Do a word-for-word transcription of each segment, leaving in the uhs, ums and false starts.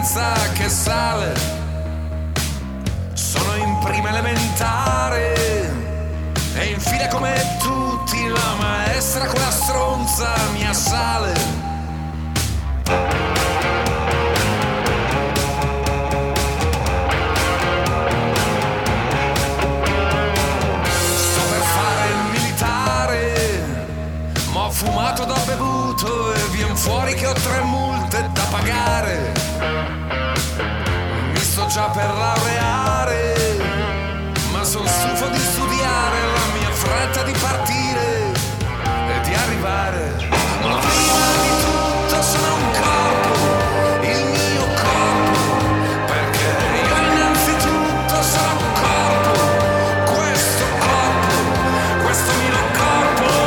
pazienza che sale. Sono in prima elementare e in fila come tutti la maestra con la stronza mi assale. Fumato da bevuto e vien fuori che ho tre multe da pagare. Mi sto già per laureare, ma son stufo di studiare, la mia fretta di partire e di arrivare. Ma prima di tutto sono un corpo, il mio corpo, perché io innanzitutto sono un corpo, questo corpo, questo mio corpo.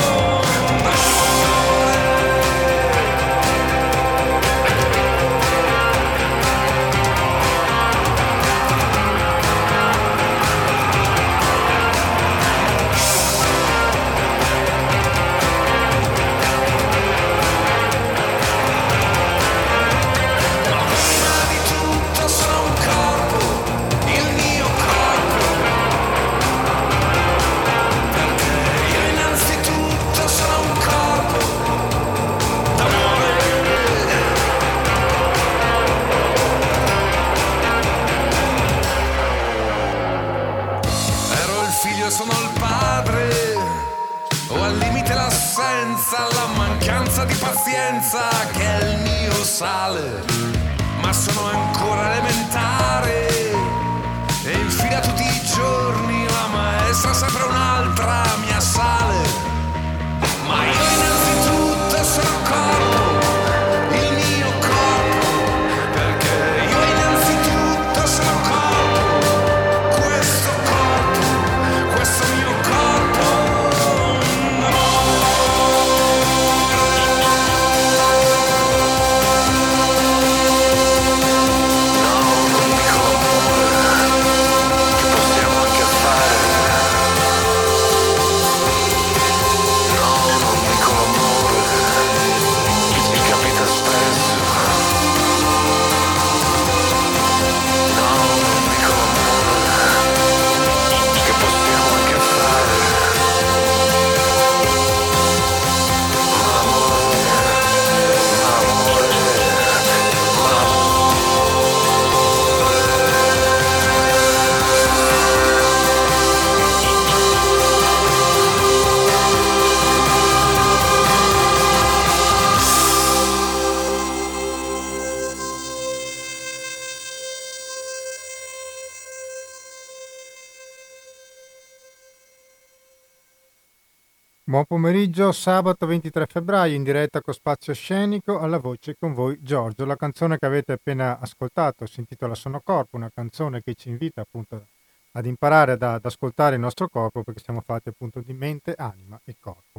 Sono il padre, o al limite l'assenza, la mancanza di pazienza che è il mio sale. Ma sono ancora elementare e in fila tutti i giorni la maestra sempre un'altra mi assale. Ma io innanzitutto sono corpo, il mio corpo, perché io innanzitutto sono corpo, questo corpo, questo mio corpo. Buon pomeriggio, sabato ventitré febbraio in diretta con Spazio Scenico, alla voce con voi Giorgio. La canzone che avete appena ascoltato si intitola Sono Corpo, una canzone che ci invita appunto ad imparare ad, ad ascoltare il nostro corpo, perché siamo fatti appunto di mente, anima e corpo.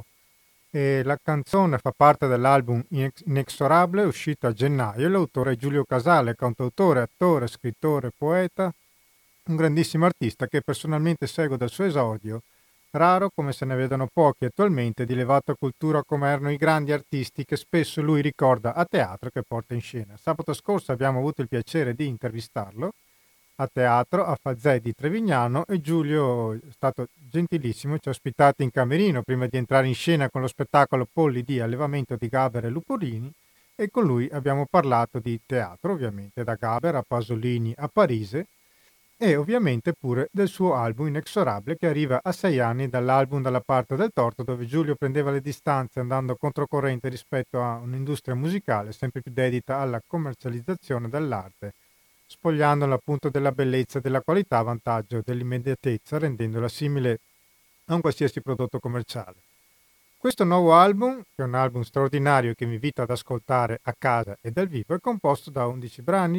E la canzone fa parte dell'album Inexorable, uscito a gennaio. L'autore è Giulio Casale, cantautore, attore, scrittore, poeta, un grandissimo artista che personalmente seguo dal suo esordio. Raro, come se ne vedono pochi attualmente, di elevata cultura come erano i grandi artisti che spesso lui ricorda a teatro che porta in scena. Sabato scorso abbiamo avuto il piacere di intervistarlo a teatro a Falzè di Trevignano e Giulio è stato gentilissimo, ci ha ospitati in camerino prima di entrare in scena con lo spettacolo Polli di allevamento di Gaber e Luporini, e con lui abbiamo parlato di teatro, ovviamente, da Gaber a Pasolini a Parise, e ovviamente pure del suo album Inexorable, che arriva a sei anni dall'album Dalla parte del torto, dove Giulio prendeva le distanze andando controcorrente rispetto a un'industria musicale sempre più dedita alla commercializzazione dell'arte, spogliandola appunto della bellezza e della qualità a vantaggio dell'immediatezza, rendendola simile a un qualsiasi prodotto commerciale. Questo nuovo album, che è un album straordinario che vi invito ad ascoltare a casa e dal vivo, è composto da undici brani.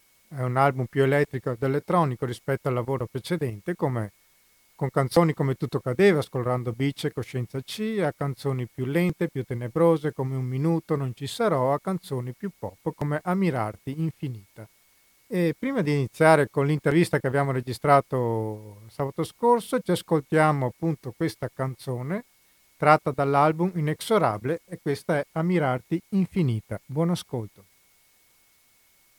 È un album più elettrico ed elettronico rispetto al lavoro precedente, come, con canzoni come Tutto cadeva, Scolorando bici e Coscienza C, a canzoni più lente, più tenebrose come Un minuto, Non ci sarò, a canzoni più pop come Ammirarti infinita. E prima di iniziare con l'intervista che abbiamo registrato sabato scorso, ci ascoltiamo appunto questa canzone tratta dall'album Inexorable, e questa è Ammirarti infinita. Buon ascolto.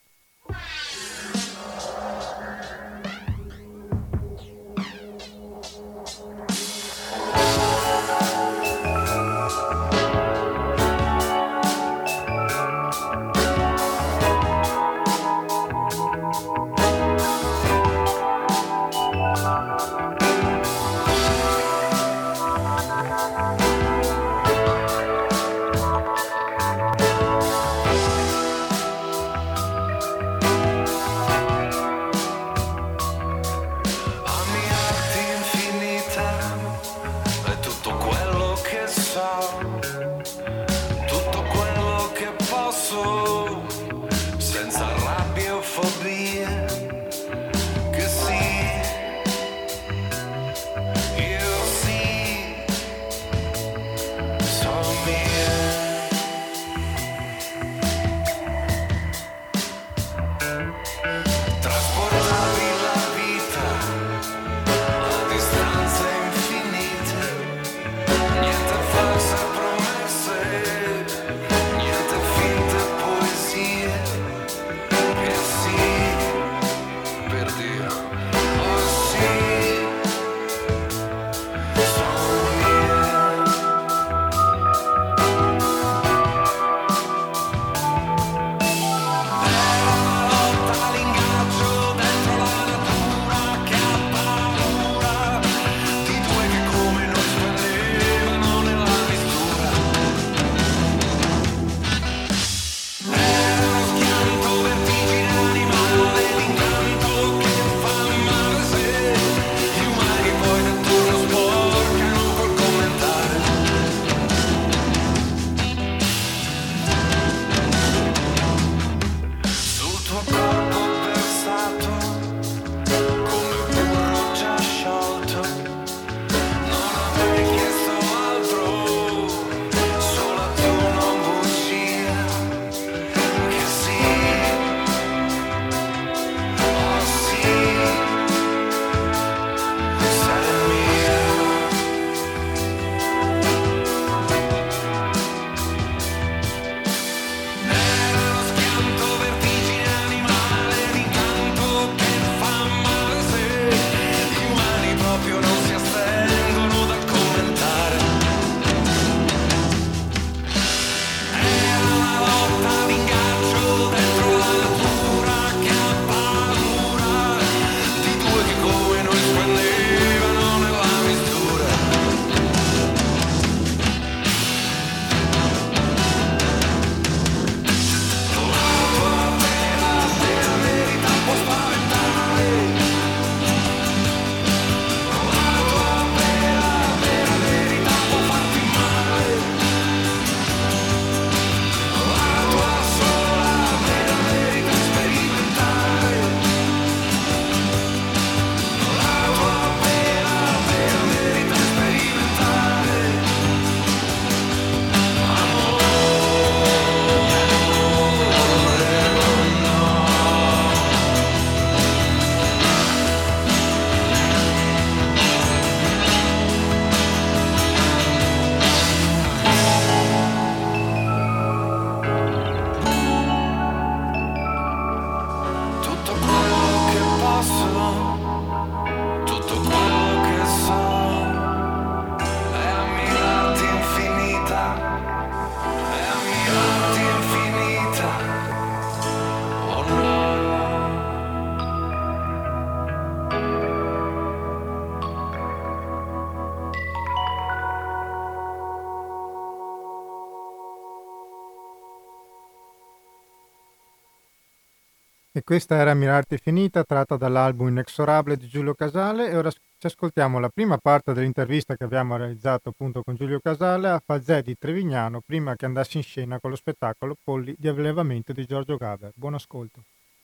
E questa era Mirarti finita, tratta dall'album Inexorable di Giulio Casale, e ora ci ascoltiamo la prima parte dell'intervista che abbiamo realizzato appunto con Giulio Casale a Falzè di Trevignano prima che andasse in scena con lo spettacolo Polli di allevamento di Giorgio Gaber. Buon ascolto.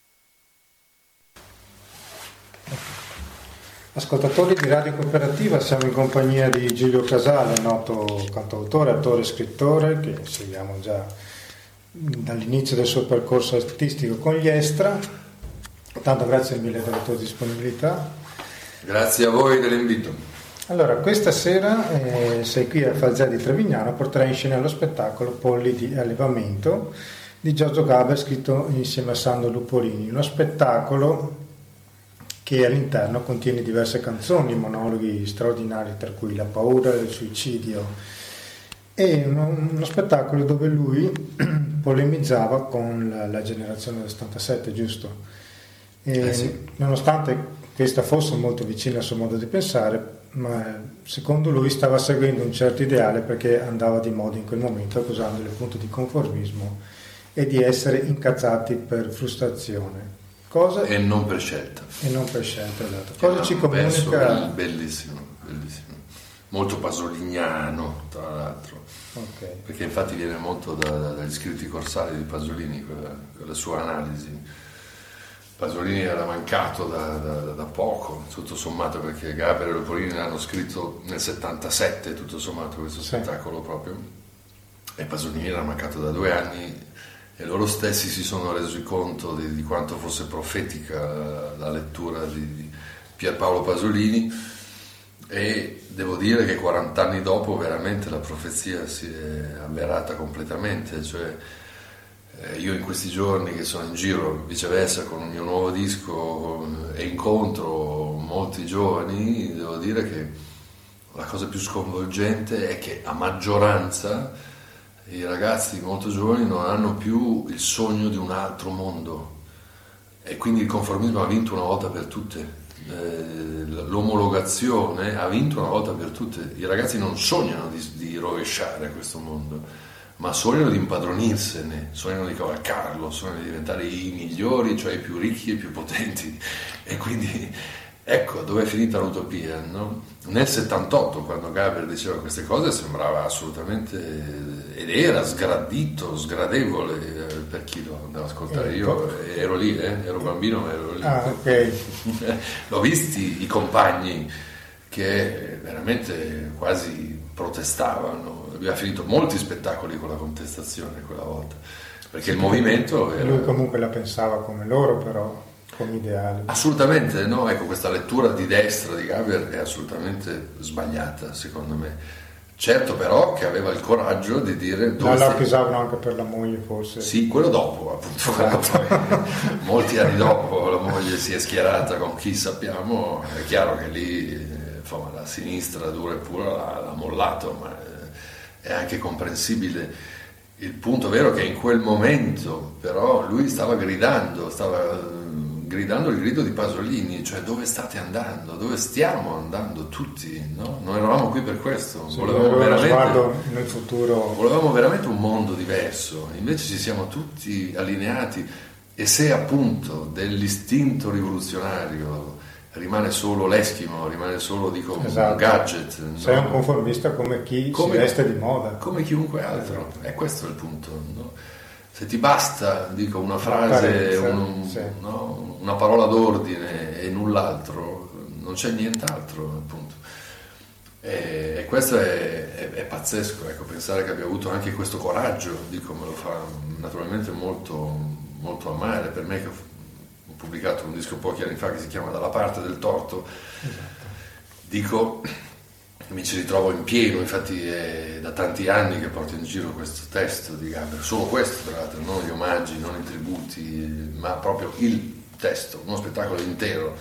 Ascoltatori di Radio Cooperativa, siamo in compagnia di Giulio Casale, noto cantautore, attore e scrittore che seguiamo già dall'inizio del suo percorso artistico con gli Estra. Tanto grazie mille della tua disponibilità. Grazie a voi dell'invito. Allora, questa sera eh, sei qui a Falzè di Trevignano, porterai in scena lo spettacolo Polli di allevamento, di Giorgio Gaber, scritto insieme a Sandro Lupolini, uno spettacolo che all'interno contiene diverse canzoni, monologhi straordinari, tra cui La paura del suicidio. È uno, uno spettacolo dove lui polemizzava con la, la generazione del settantasette, giusto? E eh sì. Nonostante questa fosse molto vicina al suo modo di pensare, ma secondo lui stava seguendo un certo ideale perché andava di moda in quel momento, accusandoli appunto di conformismo e di essere incazzati per frustrazione. Cosa... E non per scelta. E non per scelta, esatto. Cosa ci comunica? Bellissimo, bellissimo. Molto pasoliniano, tra l'altro. Okay. Perché infatti viene molto da, da, dagli scritti corsari di Pasolini, quella, quella sua analisi. Pasolini era mancato da, da, da poco, tutto sommato, perché Gaber e Lupolini l'hanno scritto nel settantasette, tutto sommato, questo sì. spettacolo proprio. E Pasolini era mancato da due anni e loro stessi si sono resi conto di, di quanto fosse profetica la, la lettura di, di Pierpaolo Pasolini, e devo dire che quaranta anni dopo veramente la profezia si è avverata completamente, cioè eh, io in questi giorni che sono in giro viceversa con il mio nuovo disco e incontro molti giovani, devo dire che la cosa più sconvolgente è che a maggioranza i ragazzi molto giovani non hanno più il sogno di un altro mondo, e quindi il conformismo ha vinto una volta per tutte. L'omologazione ha vinto una volta per tutte. I ragazzi non sognano di, di rovesciare questo mondo, ma sognano di impadronirsene, sognano di cavalcarlo, sognano di diventare i migliori, cioè i più ricchi e i più potenti. E quindi ecco dove è finita l'utopia, no? Nel settantotto, quando Gaber diceva queste cose, sembrava assolutamente, ed era sgradito, sgradevole per chi lo andava ad ascoltare. Io ero lì, eh? ero bambino, ma ero lì. Ah, ok. L'ho visti i compagni che veramente quasi protestavano. Abbiamo finito molti spettacoli con la contestazione quella volta, perché il movimento era... Lui comunque la pensava come loro, però come ideale. Assolutamente no, ecco, questa lettura di destra di Gaber è assolutamente sbagliata, secondo me. Certo, però, che aveva il coraggio di dire dove no, la stai... accusavano anche per la moglie, forse. Sì, quello dopo, appunto. Molti anni dopo la moglie si è schierata con chi sappiamo. È chiaro che lì insomma, la sinistra dura e pura l'ha, l'ha mollato, ma è anche comprensibile. Il punto vero è che in quel momento però lui stava gridando, stava gridando il grido di Pasolini, cioè dove state andando, dove stiamo andando tutti, no? Non eravamo qui per questo, sì, volevamo, veramente, nel futuro. volevamo veramente un mondo diverso, invece ci siamo tutti allineati, e se appunto dell'istinto rivoluzionario rimane solo l'eschimo, rimane solo, dico, esatto. un gadget. Sei no? un conformista come chi come, si veste di moda. Come chiunque altro, esatto. E questo è il punto, no? Se ti basta, dico, una frase, Apparenza, un, sì. no? una parola d'ordine e null'altro, non c'è nient'altro, appunto. E, e questo è, è, è pazzesco, ecco, pensare che abbia avuto anche questo coraggio, dico, me lo fa naturalmente molto, molto amare. Per me, che ho pubblicato un disco pochi anni fa che si chiama Dalla parte del torto, esatto. Dico, mi ci ritrovo in pieno, infatti è da tanti anni che porto in giro questo testo di Gaber, solo questo tra l'altro, non gli omaggi, non i tributi, ma proprio il testo, uno spettacolo intero.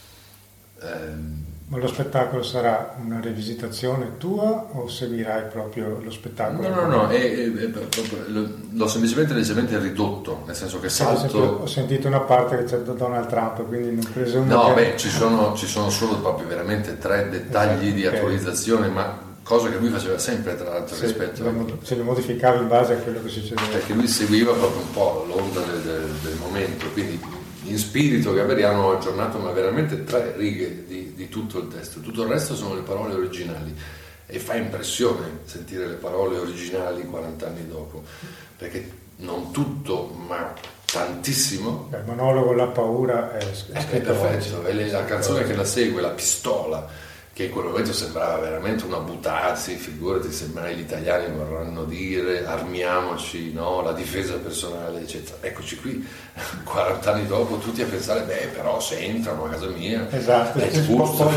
Eh, Ma lo spettacolo sarà una rivisitazione tua o seguirai proprio lo spettacolo? No, no, no, è, è, è, è, l'ho semplicemente leggermente ridotto, nel senso che salto... Ho sentito una parte che c'è Donald Trump, quindi non presumo No, che... beh, ci sono, ci sono solo proprio veramente tre dettagli, esatto, di okay. attualizzazione, ma cosa che lui faceva sempre, tra l'altro, sì, rispetto a... Se li modificava in base a quello che succedeva. Perché lui seguiva proprio un po' l'onda del, del, del momento, quindi... in spirito gaberiano aggiornato, ma veramente tre righe di, di tutto il testo, tutto il resto sono le parole originali, e fa impressione sentire le parole originali quaranta anni dopo, perché non tutto, ma tantissimo. Il monologo La paura è, è, è perfetto, è la canzone che la segue, La pistola, che in quel momento sembrava veramente una butazzi, figurati se mai gli italiani vorranno dire armiamoci, no? La difesa personale, eccetera. Eccoci qui, quaranta anni dopo, tutti a pensare, beh, però se entrano a casa mia, esatto, è giusto,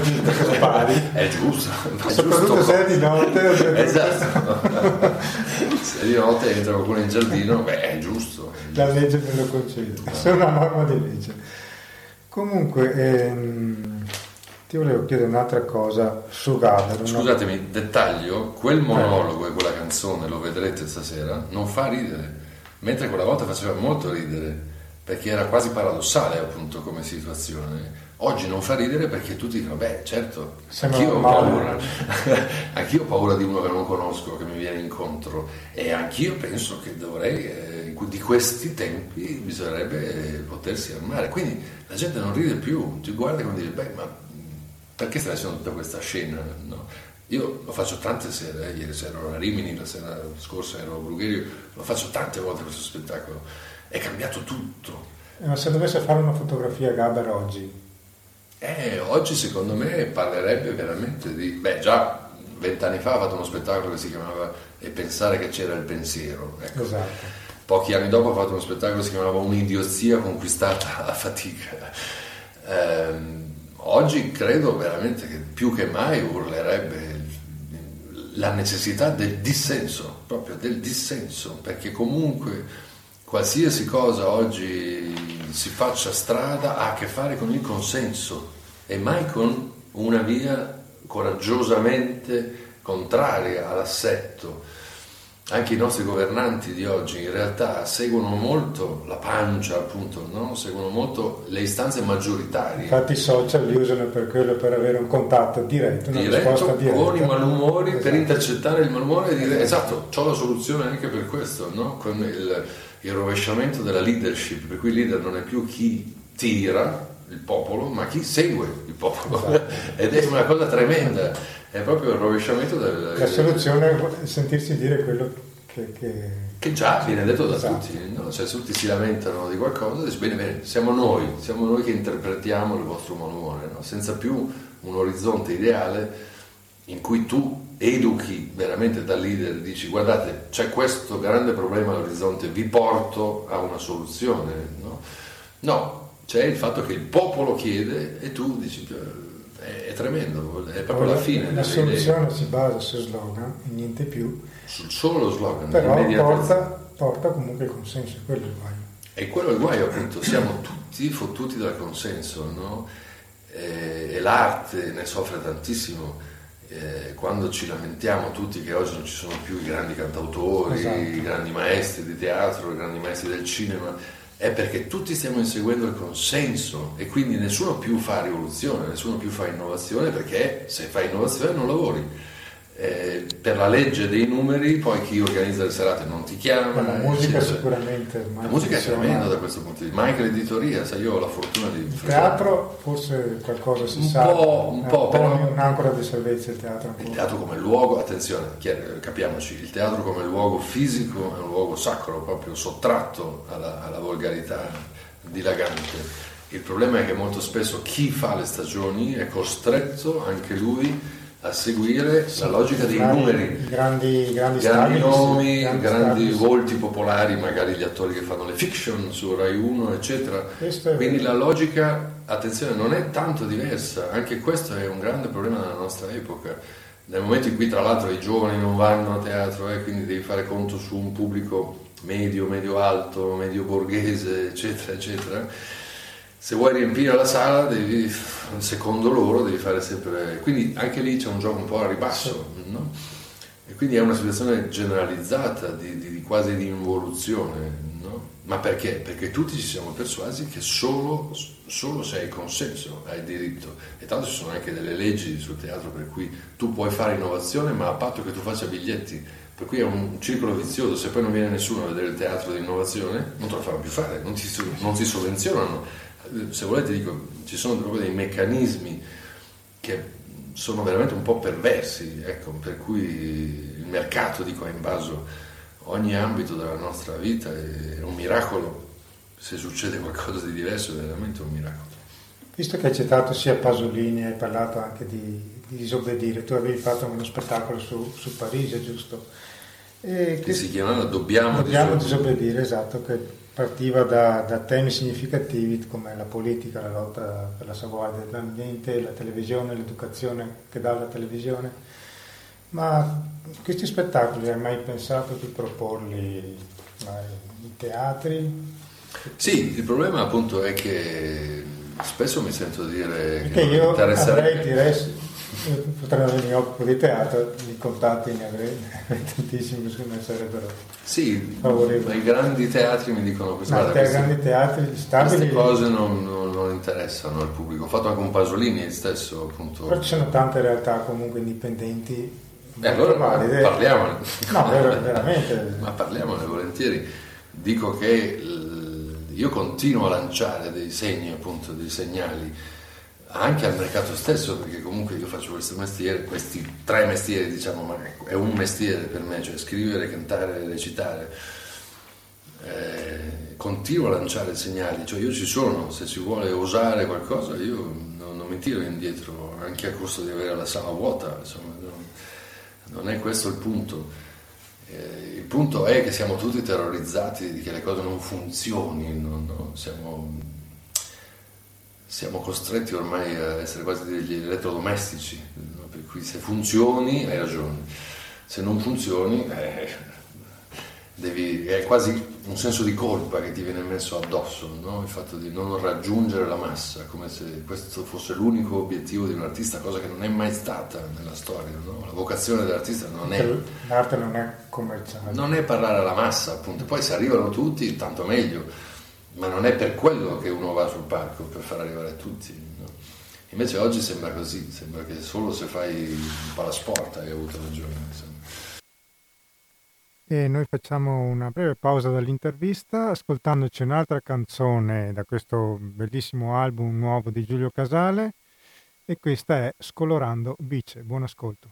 è giusto, è soprattutto se è di notte. Esatto, se di notte entra qualcuno in giardino, beh, è giusto. La legge me lo concede, è una norma di legge. Comunque, ehm... ti volevo chiedere un'altra cosa su Gaber. Scusatemi, no? Dettaglio, quel monologo eh. e quella canzone, lo vedrete stasera, non fa ridere, mentre quella volta faceva molto ridere, perché era quasi paradossale appunto come situazione. Oggi non fa ridere perché tutti dicono, beh certo, anch'io ho paura, anch'io ho paura di uno che non conosco, che mi viene incontro, e anch'io penso che dovrei, eh, di questi tempi bisognerebbe potersi armare. Quindi la gente non ride più, ti guarda e dice, beh ma perché stai facendo tutta questa scena? No? Io lo faccio tante sere, eh? Ieri sera ero a Rimini, la sera scorsa ero a Brugherio, lo faccio tante volte questo spettacolo, è cambiato tutto. Eh, ma se dovesse fare una fotografia Gaber oggi? Eh, oggi secondo me parlerebbe veramente di... Beh, già vent'anni fa ha fatto uno spettacolo che si chiamava E pensare che c'era il pensiero. Ecco. Esatto. Pochi anni dopo ha fatto uno spettacolo che si chiamava Un'idiozia conquistata a fatica. Ehm, Oggi credo veramente che più che mai urlerebbe la necessità del dissenso, proprio del dissenso, perché comunque qualsiasi cosa oggi si faccia strada ha a che fare con il consenso e mai con una via coraggiosamente contraria all'assetto. Anche i nostri governanti di oggi in realtà seguono molto la pancia, appunto, no? Seguono molto le istanze maggioritarie. Infatti i social li usano per quello, per avere un contatto diretto, una diretto risposta diretta. Con i malumori, esatto. Per intercettare il malumore e dire esatto, c'ho la soluzione anche per questo, no? Con il, il rovesciamento della leadership, per cui il leader non è più chi tira il popolo, ma chi segue il popolo. Esatto. Ed è una cosa tremenda. È proprio il rovesciamento del... La soluzione è sentirsi dire quello che... Che, che già viene detto da esatto. tutti, no? Cioè se tutti si lamentano di qualcosa, dice bene, bene, siamo noi, siamo noi che interpretiamo il vostro malumore, no? Senza più un orizzonte ideale in cui tu educhi veramente da leader, dici guardate, c'è questo grande problema all'orizzonte, vi porto a una soluzione, no? No, c'è il fatto che il popolo chiede e tu dici... È tremendo, è proprio la, la fine. La soluzione si basa su slogan e niente più. Sul solo slogan. Però porta, porta comunque il consenso, quello è il guaio. E quello è il guaio, appunto, siamo tutti fottuti dal consenso, no? E, e l'arte ne soffre tantissimo. E quando ci lamentiamo tutti che oggi non ci sono più i grandi cantautori, esatto. I grandi maestri di teatro, i grandi maestri del cinema, è perché tutti stiamo inseguendo il consenso e quindi nessuno più fa rivoluzione, nessuno più fa innovazione, perché se fai innovazione non lavori. Eh, per la legge dei numeri poi chi organizza le serate non ti chiama. La musica eccetera. Sicuramente la musica è tremenda da questo punto di vista, ma anche l'editoria, sai, io ho la fortuna di il teatro forse qualcosa si un sa po', un po', po' però un'ancora di salvezza il teatro il teatro come luogo, attenzione, capiamoci, il teatro come luogo fisico è un luogo sacro, proprio sottratto alla, alla volgarità dilagante. Il problema è che molto spesso chi fa le stagioni è costretto anche lui a seguire sì, la logica dei grandi, numeri, grandi, grandi, grandi nomi, grandi, grandi stati, volti popolari, magari gli attori che fanno le fiction su Rai uno, eccetera. Quindi la logica, attenzione, non è tanto diversa, anche questo è un grande problema della nostra epoca. Nel momento in cui tra l'altro i giovani non vanno a teatro e eh, quindi devi fare conto su un pubblico medio, medio-alto, medio-borghese, eccetera, eccetera. Se vuoi riempire la sala, devi, secondo loro, devi fare sempre... Quindi anche lì c'è un gioco un po' a ribasso, no? E quindi è una situazione generalizzata, di, di, di quasi di involuzione, no? Ma perché? Perché tutti ci siamo persuasi che solo, solo se hai consenso hai diritto. E tanto ci sono anche delle leggi sul teatro per cui tu puoi fare innovazione, ma a patto che tu faccia biglietti. Per cui è un circolo vizioso, se poi non viene nessuno a vedere il teatro di innovazione, non te lo faranno più fare, non ti, non ti sovvenzionano. Se volete dico, ci sono proprio dei meccanismi che sono veramente un po' perversi, ecco, per cui il mercato, dico, ha invaso ogni ambito della nostra vita, è un miracolo, se succede qualcosa di diverso è veramente un miracolo. Visto che hai citato sia Pasolini, hai parlato anche di, di disobbedire, tu avevi fatto uno spettacolo su, su Parigi, giusto? E che, che si chiamava Dobbiamo, Dobbiamo disobbedire. disobbedire, esatto, che partiva da, da temi significativi come la politica, la lotta per la salvaguardia dell'ambiente, la televisione, l'educazione che dà la televisione. Ma questi spettacoli hai mai pensato di proporli in teatri? Sì, il problema appunto è che spesso mi sento dire perché che io interesserebbe... avrei, direi, potrei avere mi occupo di teatro, i contatti ne avrei, ne avrei tantissimi che ne sarebbero sì, favorevoli. I grandi teatri mi dicono questo. Ma i grandi teatri stabili... Queste cose non, non, non interessano al pubblico. Ho fatto anche un Pasolini stesso, appunto. Però ci sono tante realtà comunque indipendenti. E allora valide. Parliamone. No, veramente. Ma parliamone volentieri. Dico che io continuo a lanciare dei segni, appunto, dei segnali anche al mercato stesso, perché comunque io faccio questo mestiere, questi tre mestieri, diciamo, ma è un mestiere per me, cioè scrivere, cantare, recitare. Eh, continuo a lanciare segnali, cioè io ci sono, se si vuole osare qualcosa io non, non mi tiro indietro, anche a costo di avere la sala vuota, insomma, non, non è questo il punto. Eh, il punto è che siamo tutti terrorizzati di che le cose non funzionino, no? siamo, siamo costretti ormai a essere quasi degli elettrodomestici, no? Per cui se funzioni hai ragione, se non funzioni eh, devi, è quasi un senso di colpa che ti viene messo addosso, no? Il fatto di non raggiungere la massa, come se questo fosse l'unico obiettivo di un artista, cosa che non è mai stata nella storia, no? La vocazione dell'artista non è... L'arte non è commerciale. Non è parlare alla massa, appunto. Poi se arrivano tutti, tanto meglio, ma non è per quello che uno va sul palco, per far arrivare tutti, no? Invece oggi sembra così, sembra che solo se fai un palasport hai avuto ragione, insomma. E noi facciamo una breve pausa dall'intervista ascoltandoci un'altra canzone da questo bellissimo album nuovo di Giulio Casale, e questa è Scolorando Bice. Buon ascolto.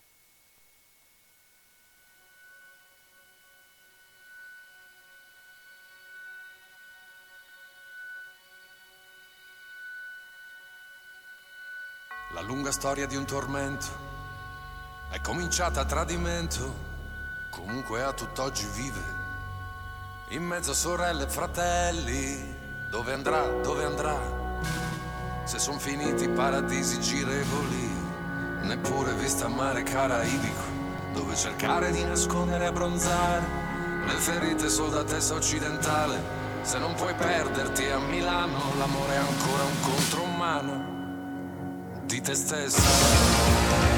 La lunga storia di un tormento è cominciata a tradimento. Comunque a tutt'oggi vive in mezzo a sorelle e fratelli. Dove andrà, dove andrà, se son finiti i paradisi girevoli? Neppure vista a mare caraibico, dove cercare di nascondere e abbronzare le ferite soldatessa occidentale. Se non puoi perderti a Milano, l'amore è ancora un controumano di te stessa.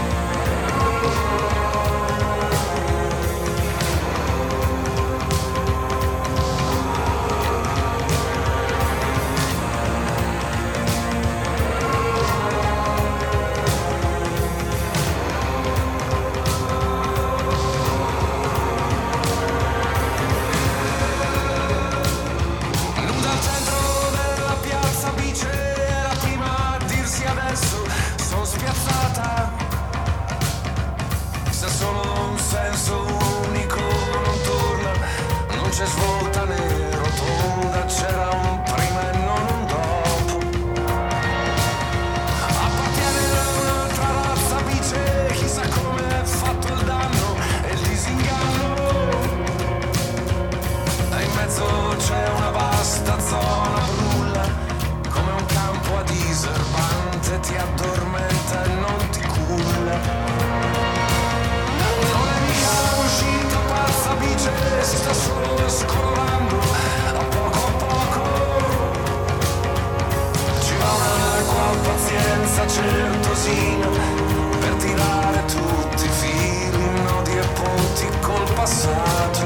C'è svolta né rotonda, c'era un prima e non un dopo. Appartiene a un'altra razza bice, chissà come è fatto il danno e il disinganno. E in mezzo c'è una vasta zona brulla, come un campo a diserbante, ti addormenta e non ti culla. Si sta solo scolando a poco a poco. Ci va una qual pazienza certosina per tirare tutti i fili, nodi e ponti col passato.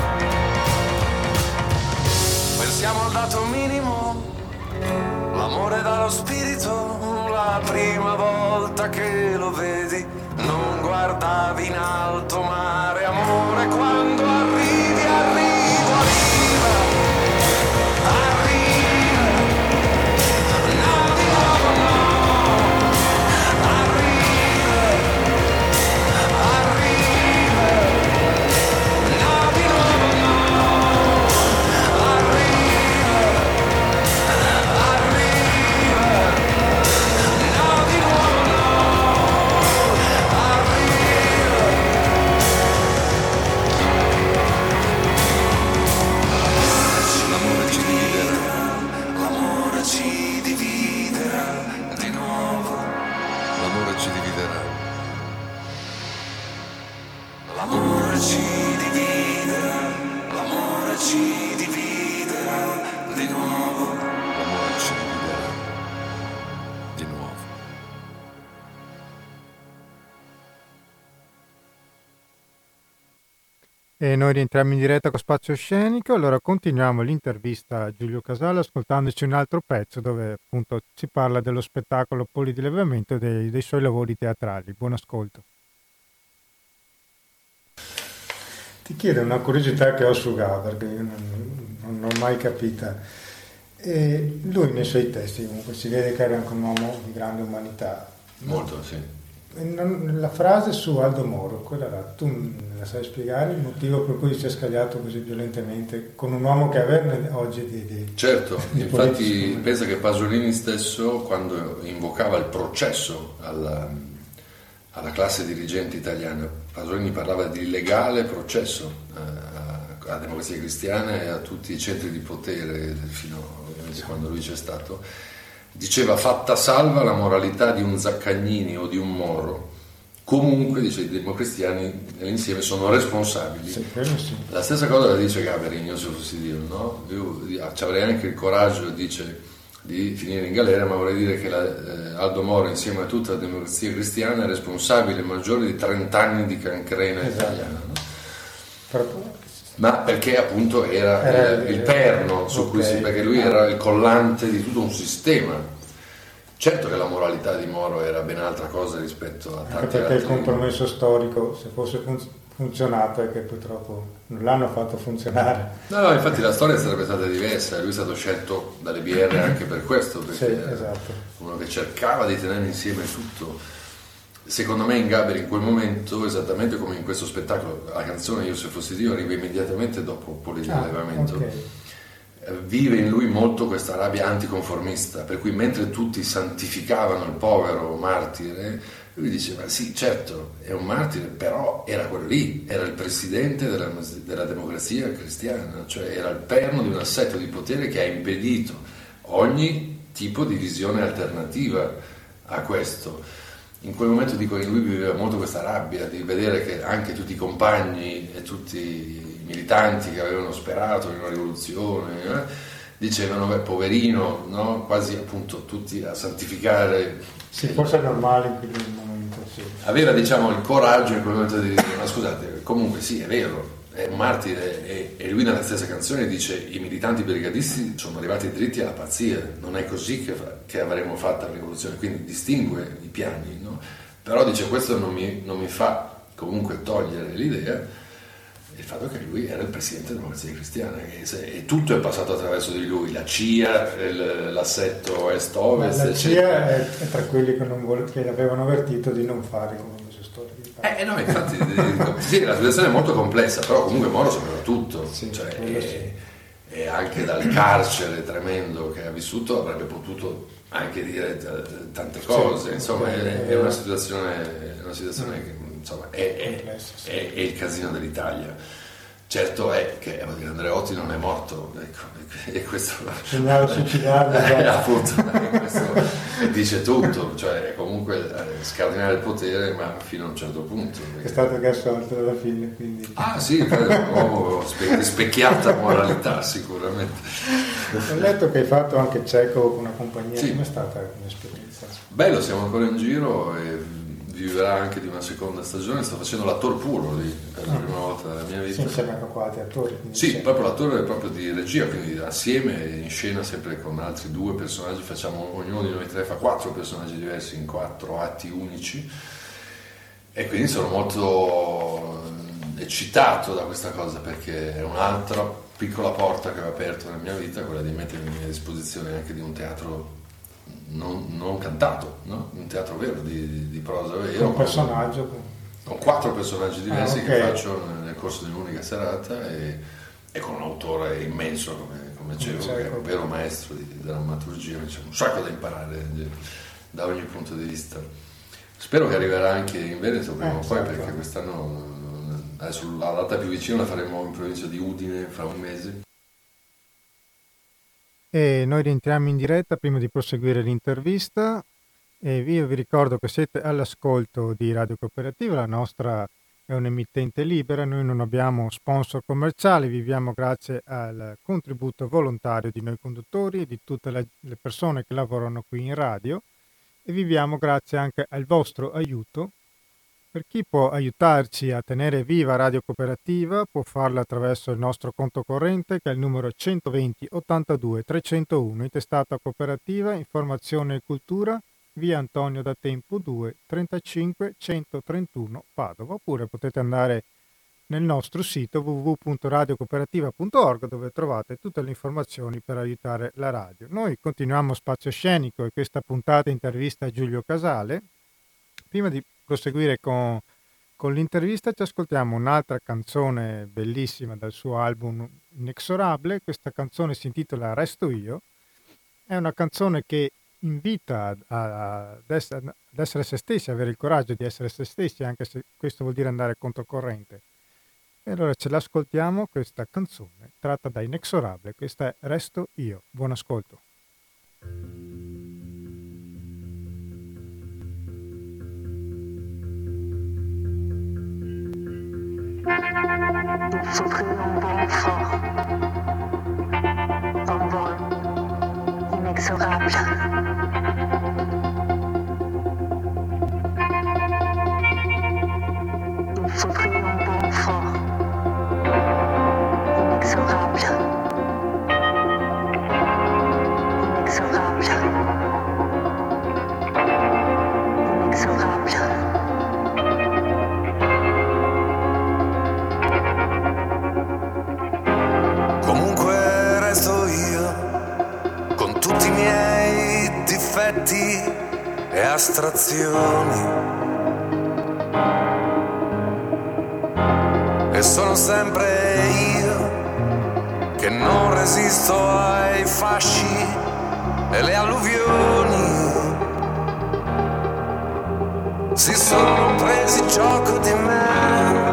Pensiamo al dato minimo, l'amore dallo spirito. La prima volta che lo vedi non guardavi in alto mare, amore, quando arrivi, arrivo, arriva, arriva, no, di nuovo no, arriva, arriva, no, di nuovo no, arriva, arriva. ci dividerà. L'amore ci dividerà, l'amore ci dividerà di nuovo. L'amore ci dividerà di nuovo. E noi rientriamo in diretta con Spazio Scenico, allora continuiamo l'intervista a Giulio Casale ascoltandoci un altro pezzo dove appunto si parla dello spettacolo Polidilevamento e dei, dei suoi lavori teatrali. Buon ascolto. Ti chiedo una curiosità che ho su Gaber, che io non, non l'ho mai capita. E lui nei suoi testi comunque si vede che era anche un uomo di grande umanità. Molto, sì. Non, la frase su Aldo Moro, quella là, tu me la sai spiegare il motivo per cui si è scagliato così violentemente con un uomo che averne oggi di, di certo, di infatti politici? pensa che Pasolini stesso quando invocava il processo alla, alla classe dirigente italiana, Pasolini parlava di legale processo eh, alla Democrazia Cristiana e a tutti i centri di potere fino ovviamente quando lui c'è stato. Diceva fatta salva la moralità di un Zaccagnini o di un Moro, comunque dice i democristiani nell'insieme sono responsabili. Sì, quello sì. La stessa cosa la dice Gaberin, io se fossi Dio, no? Io ci avrei anche il coraggio, dice, di finire in galera, ma vorrei dire che la, eh, Aldo Moro insieme a tutta la democrazia cristiana è responsabile maggiore di trenta anni di cancrena esatto. italiana. No? Proprio... Ma perché appunto era, era eh, il perno su okay. cui si, perché lui era il collante di tutto un sistema. Certo che la moralità di Moro era ben altra cosa rispetto a tanti anche perché altri. Il compromesso storico, se fosse fun- funzionato, è che purtroppo non l'hanno fatto funzionare. No, no, infatti la storia sarebbe stata diversa, lui è stato scelto dalle B R anche per questo, perché sì, esatto. uno che cercava di tenere insieme tutto. Secondo me in Gaber in quel momento, esattamente come in questo spettacolo, la canzone Io se fossi Dio arriva immediatamente dopo Polidilevamento. Ah, okay. Vive in lui molto questa rabbia anticonformista, per cui mentre tutti santificavano il povero martire, lui diceva sì, certo, è un martire, però era quello lì, era il presidente della, della democrazia cristiana, cioè era il perno di un assetto di potere che ha impedito ogni tipo di visione alternativa a questo. In quel momento dico che lui viveva molto questa rabbia di vedere che anche tutti i compagni e tutti i militanti che avevano sperato in una rivoluzione eh, dicevano beh poverino, no? Quasi appunto tutti a santificare. Sì, forse è normale in quel momento, sì. Aveva diciamo il coraggio in quel momento di dire ma scusate, comunque sì è vero, è un martire e, e lui nella stessa canzone dice i militanti brigadisti sono arrivati dritti alla pazzia, non è così che, fa, che avremmo fatto la rivoluzione, quindi distingue i piani, no? Però dice questo non mi, non mi fa comunque togliere l'idea il fatto che lui era il presidente della democrazia cristiana e, se, e tutto è passato attraverso di lui, la C I A, il, l'assetto est-ovest. La C I A è, è tra quelli che, non vuole, che avevano avvertito di non fare come questo storico. Eh no, infatti sì, la situazione è molto complessa, però comunque Moro sapeva tutto, sì, cioè, e, sì. e anche dal carcere tremendo che ha vissuto avrebbe potuto anche dire t- tante cose, sì, insomma è, è una situazione, una situazione che insomma è, è, è, è il casino dell'Italia. Certo è che Andreotti non è morto, ecco, e questo segnale suicidario, eh, appunto, questo dice tutto, cioè comunque eh, scardinare il potere, ma fino a un certo punto. Perché... È stato che assolto alla fine, quindi. Ah sì, è un uomo spe- specchiata moralità sicuramente. Ho letto che hai fatto anche Cieco con una compagnia, sì. Com'è stata l'esperienza? Bello, siamo ancora in giro e vivrà anche di una seconda stagione, sto facendo l'attore puro lì per la prima volta della mia vita. Sì, insieme a quattro attori. Sì, sei. Proprio l'attore è proprio di regia, quindi assieme in scena sempre con altri due personaggi, facciamo, ognuno di noi tre fa quattro personaggi diversi in quattro atti unici e quindi sono molto eccitato da questa cosa perché è un'altra piccola porta che ho aperto nella mia vita, quella di mettermi a disposizione anche di un teatro Non, non cantato, no? Un teatro vero di, di, di prosa vero. Un personaggio. Con quattro personaggi diversi ah, okay. che faccio nel corso di un'unica serata e, e con un autore immenso come, come dicevo, che è un vero maestro di, di drammaturgia, c'è un sacco da imparare da ogni punto di vista. Spero che arriverà anche in Veneto prima o eh, poi, certo. Perché quest'anno adesso la data più vicina la faremo in provincia di Udine fra un mese. E noi rientriamo in diretta prima di proseguire l'intervista E io vi ricordo che siete all'ascolto di Radio Cooperativa, la nostra è un'emittente libera, noi non abbiamo sponsor commerciali, viviamo grazie al contributo volontario di noi conduttori e di tutte le persone che lavorano qui in radio, e viviamo grazie anche al vostro aiuto. Per chi può aiutarci a tenere viva Radio Cooperativa può farlo attraverso il nostro conto corrente, che è il numero centoventi ottantadue trecentouno, intestato Cooperativa Informazione e Cultura, via Antonio da Tempo due, trentacinque centotrentuno Padova. Oppure potete andare nel nostro sito w w w punto radio cooperativa punto org, dove trovate tutte le informazioni per aiutare la radio. Noi continuiamo Spazio Scenico e questa puntata intervista a Giulio Casale. Prima di proseguire con, con l'intervista ci ascoltiamo un'altra canzone bellissima dal suo album Inexorable. Questa canzone si intitola Resto Io, è una canzone che invita a, a, ad, essere, ad essere se stessi, avere il coraggio di essere se stessi, anche se questo vuol dire andare controcorrente. E allora ce l'ascoltiamo, questa canzone tratta da Inexorable. Questa è Resto Io. Buon ascolto. Il faudrait un vent fort, un vol inexorable. Il faudrait un vent fort, inexorable, inexorable, inexorable. Comunque resto io, con tutti i miei difetti e astrazioni, e sono sempre io che non resisto ai fasci e le alluvioni. Si sono presi gioco di me.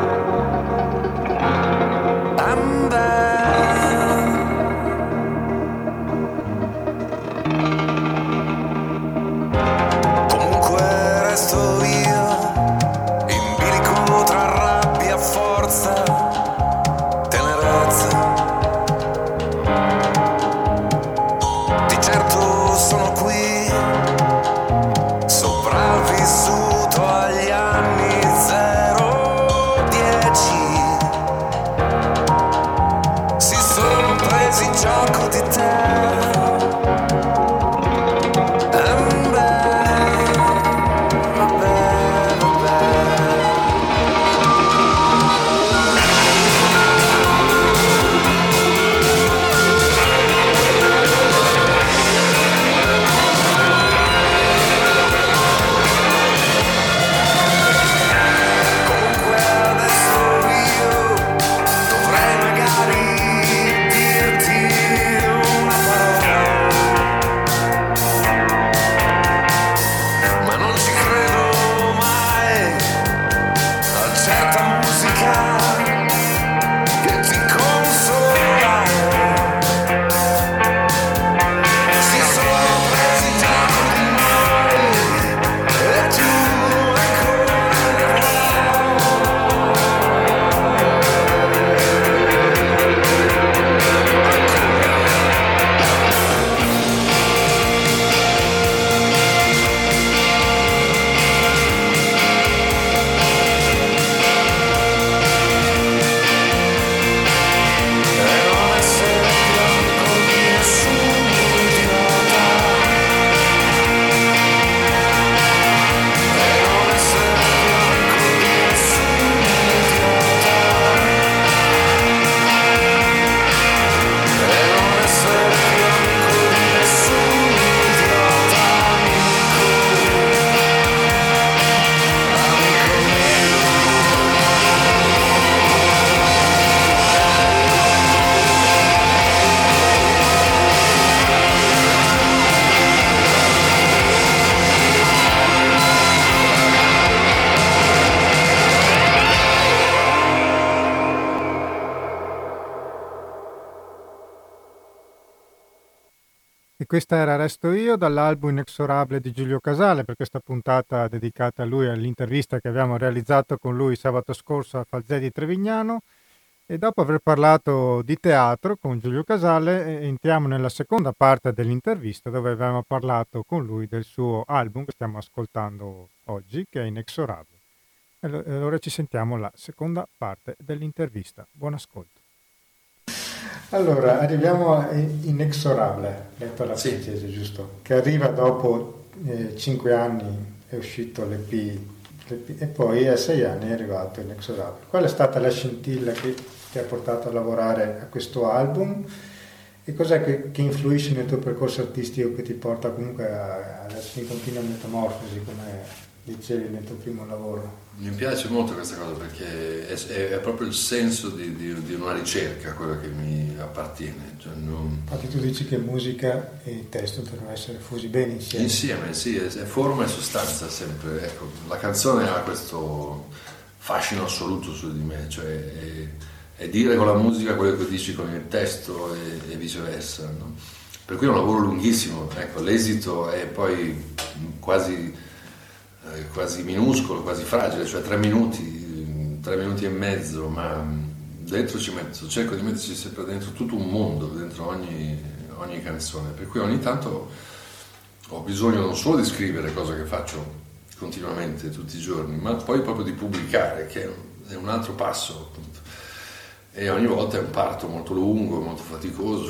Comunque resto io, in bilico tra rabbia, forza, tenerezza. Di certo sono qui, sopravvissuto agli anni zero, dieci. E questa era Resto Io dall'album Inexorable di Giulio Casale, per questa puntata dedicata a lui, all'intervista che abbiamo realizzato con lui sabato scorso a Falzè di Trevignano. E dopo aver parlato di teatro con Giulio Casale, entriamo nella seconda parte dell'intervista dove abbiamo parlato con lui del suo album che stiamo ascoltando oggi, che è Inexorable. E allora ci sentiamo la seconda parte dell'intervista. Buon ascolto. Allora, arriviamo a Inexorable, letto alla Sì. francese, giusto? Che arriva dopo eh, cinque anni, è uscito l'E P, l'E P e poi a sei anni è arrivato Inexorable. Qual è stata la scintilla che ti ha portato a lavorare a questo album? E cos'è che, che influisce nel tuo percorso artistico che ti porta comunque a, ad essere in continua metamorfosi, come dicevi nel tuo primo lavoro? Mi piace molto questa cosa perché è, è, è proprio il senso di, di, di una ricerca quello che mi appartiene. Cioè non... Infatti tu dici che musica e testo devono essere fusi bene insieme. Insieme, sì, è, è forma e sostanza sempre. Ecco, la canzone ha questo fascino assoluto su di me, cioè è, è dire con la musica quello che dici con il testo e, e viceversa, no? Per cui è un lavoro lunghissimo, ecco, l'esito è poi quasi... quasi minuscolo, quasi fragile, cioè tre minuti, tre minuti e mezzo, ma dentro ci metto, cerco di metterci sempre dentro tutto un mondo, dentro ogni, ogni canzone, per cui ogni tanto ho bisogno non solo di scrivere, cosa che faccio continuamente tutti i giorni, ma poi proprio di pubblicare, che è un altro passo, appunto. E ogni volta è un parto molto lungo, molto faticoso,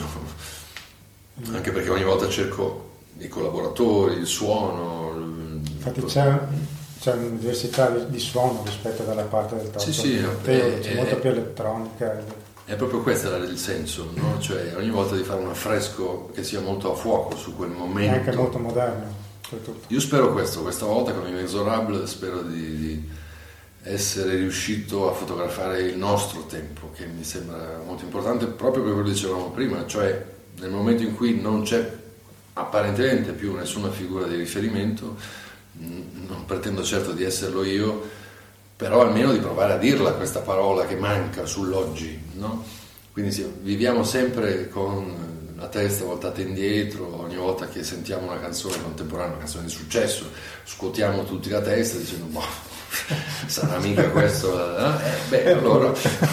anche perché ogni volta cerco i collaboratori, il suono. Infatti c'è, c'è un'università di, di suono rispetto dalla parte del torto. Sì, sì, Te, è, c'è è, molto è, più elettronica. È proprio questo il senso, no? Cioè ogni volta di fare un affresco che sia molto a fuoco su quel momento. È anche molto moderno. Io spero questo, questa volta con Inexorable spero di, di essere riuscito a fotografare il nostro tempo, che mi sembra molto importante proprio per quello che dicevamo prima, cioè nel momento in cui non c'è apparentemente più nessuna figura di riferimento, non pretendo certo di esserlo io, però almeno di provare a dirla questa parola che manca sull'oggi, no? Quindi sì, viviamo sempre con la testa voltata indietro, ogni volta che sentiamo una canzone contemporanea, una canzone di successo, scuotiamo tutti la testa dicendo boh, sarà mica questo, eh? Beh, allora,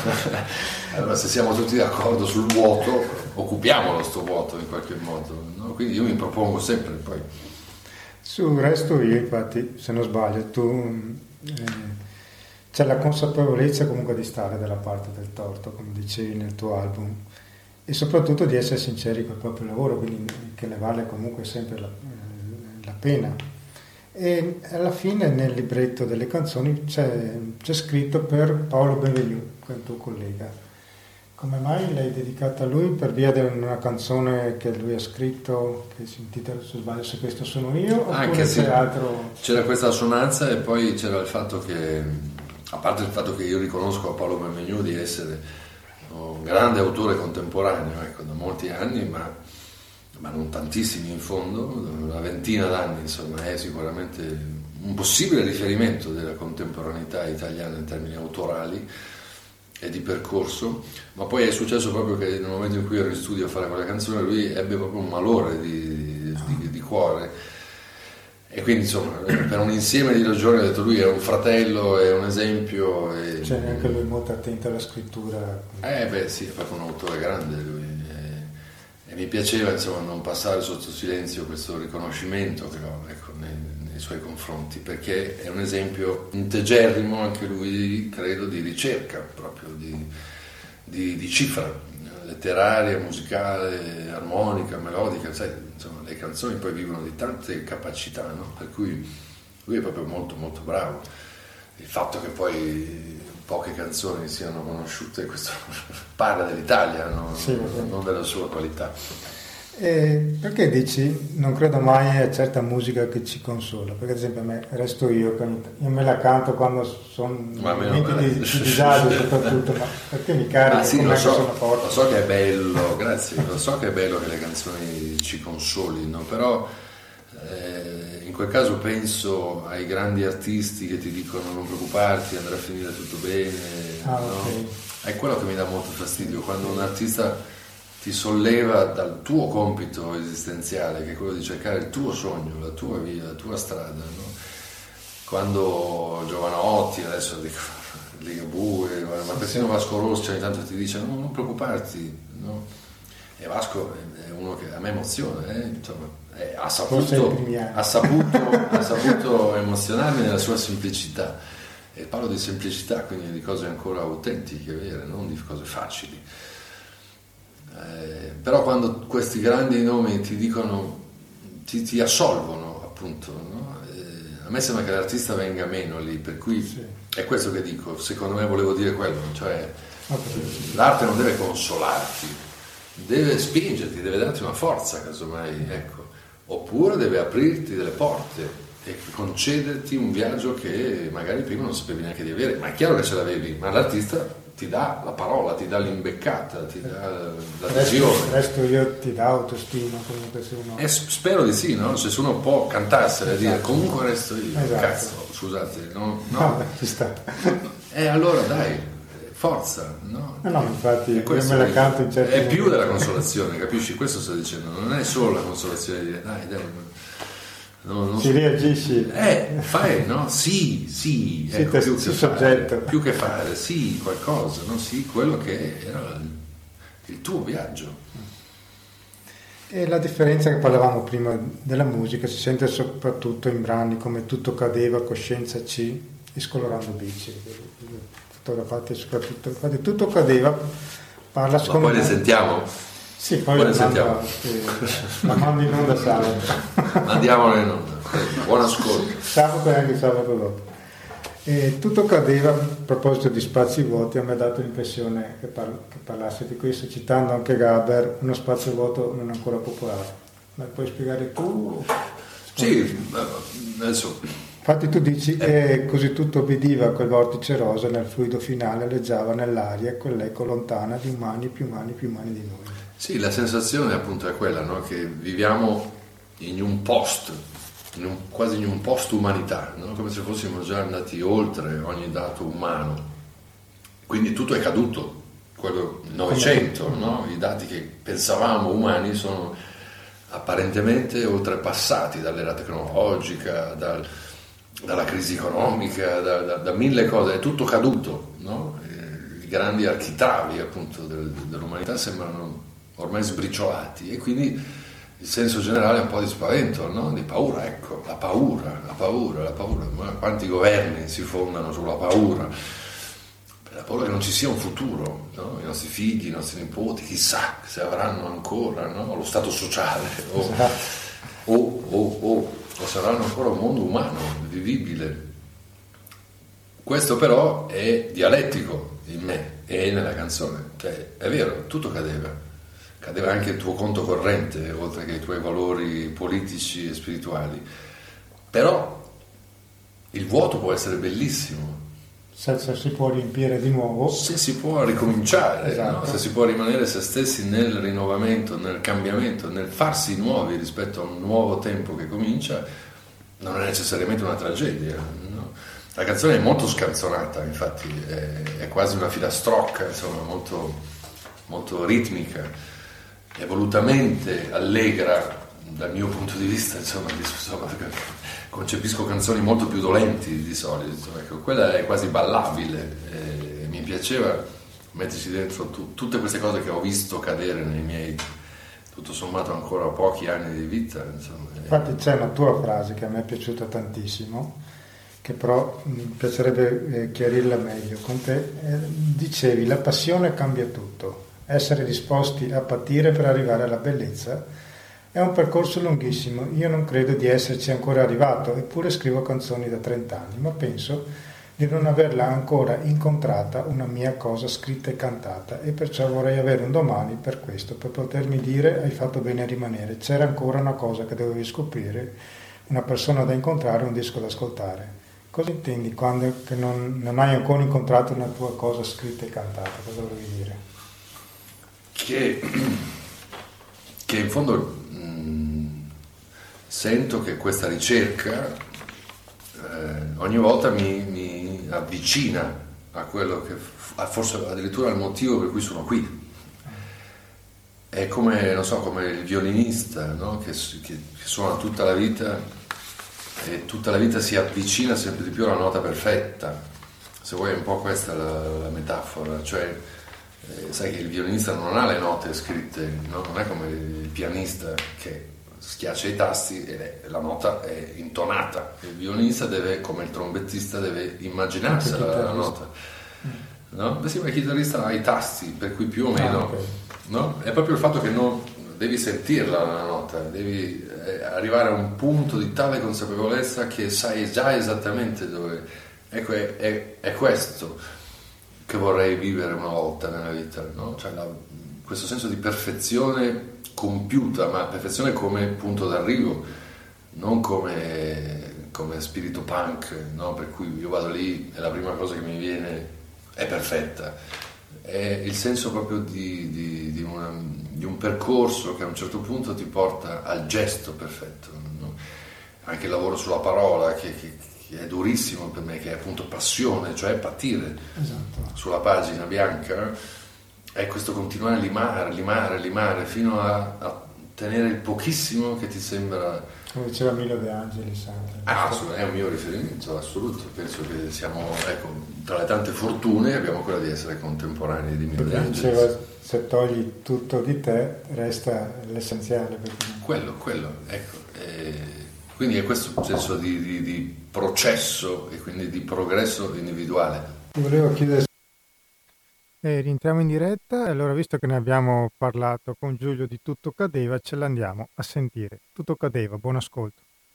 allora se siamo tutti d'accordo sul vuoto, occupiamolo sto vuoto in qualche modo, no? Quindi io mi propongo sempre poi. Sul Resto Io, infatti, se non sbaglio, tu eh, c'è la consapevolezza comunque di stare dalla parte del torto, come dicevi nel tuo album, e soprattutto di essere sinceri col proprio lavoro, quindi che ne vale comunque sempre la, la pena. E alla fine nel libretto delle canzoni c'è, c'è scritto per Paolo Benvenu, che è un tuo collega. Come mai l'hai dedicata a lui? Per via di una canzone che lui ha scritto che si intitola, se sbaglio, Se questo sono io? Oppure sì. c'è altro? C'era questa assonanza e poi c'era il fatto che, a parte il fatto che io riconosco a Paolo Benvenu di essere un grande autore contemporaneo, ecco, da molti anni, ma, ma non tantissimi in fondo, una ventina d'anni, insomma, è sicuramente un possibile riferimento della contemporaneità italiana in termini autorali e di percorso, ma poi è successo proprio che nel momento in cui ero in studio a fare quella canzone lui ebbe proprio un malore di, di, di cuore, e quindi insomma per un insieme di ragioni ho detto lui è un fratello, è un esempio e... Cioè anche lui molto attento alla scrittura. Eh beh sì, è proprio un autore grande lui e, e mi piaceva insomma non passare sotto silenzio questo riconoscimento che ho, ecco, nei, nei suoi confronti, perché è un esempio integerrimo anche lui, credo, di ricerca proprio, di, di, di cifra letteraria, musicale, armonica, melodica, sai, insomma le canzoni poi vivono di tante capacità, no? Per cui lui è proprio molto molto bravo. Il fatto che poi poche canzoni siano conosciute, questo parla dell'Italia, no? Sì, non della sua qualità. E perché dici non credo mai a certa musica che ci consola? Perché ad esempio a me Resto Io, io me la canto quando sono momenti di, di disagio soprattutto, ma perché mi carica? Ah, sì, come lo so, so, sono lo so che è bello, grazie, lo so che è bello che le canzoni ci consolino, però eh, in quel caso penso ai grandi artisti che ti dicono non preoccuparti, andrà a finire tutto bene, ah, no? Okay. È quello che mi dà molto fastidio, quando un artista ti solleva dal tuo compito esistenziale, che è quello di cercare il tuo sogno, la tua via, la tua strada, no? Quando Giovanotti, adesso dico Ligabue, ma persino Vasco Rossi ogni tanto ti dice no, non preoccuparti, no? E Vasco è uno che a me emoziona, eh? Insomma, è, ha, saputo, ha, saputo, ha saputo emozionarmi nella sua semplicità, e parlo di semplicità, quindi di cose ancora autentiche, vere, non di cose facili. Eh, però quando questi grandi nomi ti dicono, ti, ti assolvono appunto, no? Eh, a me sembra che l'artista venga meno lì, per cui sì. È questo che dico, secondo me volevo dire quello, cioè okay. L'arte non deve consolarti, deve spingerti, deve darti una forza casomai, ecco, oppure deve aprirti delle porte e concederti un viaggio che magari prima non sapevi neanche di avere, ma è chiaro che ce l'avevi, ma l'artista ti dà la parola, ti dà l'imbeccata, ti dà la visione. Il resto io ti dà autostima comunque se uno... E spero di sì, no? Se uno può cantarsela e esatto. Dire comunque resto io, esatto. Cazzo, scusate, no? No, no ci sta. E allora dai, forza, no? No, no, infatti io me la canto in certi è più della consolazione, capisci? Questo sto dicendo, non è solo la consolazione di dire dai, dai, no, non ci so. Reagisci, eh, fai, no? Sì, sì, sì ecco, più, che fare, più che fare, sì, qualcosa, no? Sì, quello che era il, il tuo viaggio. E la differenza che parlavamo prima della musica si sente soprattutto in brani come Tutto cadeva, Coscienza C e Scolorando bici, fotografati soprattutto, infatti Tutto cadeva parla ma secondo poi me... le sentiamo? Sì, poi, poi le sentiamo. Eh, la mando in onda sabato. Andiamolo in onda. Buon ascolto. Sabato e anche sabato dopo. E Tutto cadeva, a proposito di spazi vuoti, a me ha dato l'impressione che, parla, che parlasse di questo, citando anche Gaber, uno spazio vuoto non ancora popolare. Ma puoi spiegare tu? Sì, adesso... Infatti tu dici che eh. così tutto obbediva a quel vortice rosa, nel fluido finale aleggiava nell'aria quell'eco lontana di umani più umani più umani di noi. Sì, la sensazione appunto è quella, no? Che viviamo in un post, in un, quasi in un post-umanità, no? Come se fossimo già andati oltre ogni dato umano. Quindi tutto è caduto, quello Novecento, no? I dati che pensavamo umani sono apparentemente oltrepassati dall'era tecnologica, dal, dalla crisi economica, da, da, da mille cose, è tutto caduto, no? I grandi architravi appunto del, dell'umanità sembrano ormai sbriciolati, e quindi il senso generale è un po' di spavento, no? Di paura, ecco, la paura, la paura, la paura. Ma quanti governi si fondano sulla paura? La paura che non ci sia un futuro, no? I nostri figli, i nostri nipoti, chissà se avranno ancora, no? Lo stato sociale, o, esatto. o, o, o, o se avranno ancora un mondo umano, vivibile. Questo però è dialettico in me e nella canzone, cioè è vero, tutto cadeva. Cadeva anche il tuo conto corrente, oltre che i tuoi valori politici e spirituali. Però il vuoto può essere bellissimo. Se, se si può riempire di nuovo. Se si può ricominciare, esatto. No? Se si può rimanere se stessi nel rinnovamento, nel cambiamento, nel farsi nuovi rispetto a un nuovo tempo che comincia, non è necessariamente una tragedia. No? La canzone è molto scanzonata, infatti, è, è quasi una filastrocca, insomma, molto, molto ritmica. È volutamente allegra dal mio punto di vista, insomma, insomma, concepisco canzoni molto più dolenti di solito, insomma, ecco, quella è quasi ballabile, e mi piaceva metterci dentro tu, tutte queste cose che ho visto cadere nei miei tutto sommato ancora pochi anni di vita, insomma. Infatti c'è una tua frase che a me è piaciuta tantissimo, che però mi piacerebbe chiarirla meglio con te. Eh, dicevi: la passione cambia tutto. Essere disposti a patire per arrivare alla bellezza è un percorso lunghissimo. Io non credo di esserci ancora arrivato, eppure scrivo canzoni da trent'anni, ma penso di non averla ancora incontrata una mia cosa scritta e cantata, e perciò vorrei avere un domani per questo, per potermi dire: hai fatto bene a rimanere, c'era ancora una cosa che dovevi scoprire, una persona da incontrare, un disco da ascoltare. Cosa intendi quando che non, non hai ancora incontrato una tua cosa scritta e cantata? Cosa volevi dire? Che, che in fondo mh, sento che questa ricerca eh, ogni volta mi, mi avvicina a quello che a forse addirittura al motivo per cui sono qui, è come, non so, come il violinista, no? che, che, che suona tutta la vita e tutta la vita si avvicina sempre di più alla nota perfetta. Se vuoi è un po' questa la, la metafora, cioè eh, sai che il violinista non ha le note scritte, no? Non è come il pianista che schiaccia i tasti e la nota è intonata. Il violinista deve, come il trombettista, deve immaginarsela la, la nota. No? Beh sì, ma il chitarrista ha i tasti, per cui più o meno... Ah, okay. No? È proprio il fatto che non devi sentirla la nota, devi eh, arrivare a un punto di tale consapevolezza che sai già esattamente dove. Ecco, è, è, è questo che vorrei vivere una volta nella vita, no? Cioè la, questo senso di perfezione compiuta, ma perfezione come punto d'arrivo, non come, come spirito punk, no? Per cui io vado lì e la prima cosa che mi viene è perfetta. È il senso proprio di, di, di, una, di un percorso che a un certo punto ti porta al gesto perfetto, no? Anche il lavoro sulla parola che, che, che è durissimo per me, che è appunto passione, cioè patire. Esatto. Sulla pagina bianca è questo continuare a limare, limare, limare fino a, a tenere il pochissimo che ti sembra. Come diceva Milo De Angelis. Ah, è un mio riferimento assoluto. Penso che siamo, ecco, tra le tante fortune abbiamo quella di essere contemporanei di Milo De Angelis. Diceva, se togli tutto di te resta l'essenziale. Perché... Quello, quello, ecco. E quindi è questo senso di, di, di processo e quindi di progresso individuale. Ti volevo chiedere. E rientriamo in diretta e allora, visto che ne abbiamo parlato con Giulio di Tutto Cadeva, ce l'andiamo a sentire. Tutto Cadeva, buon ascolto.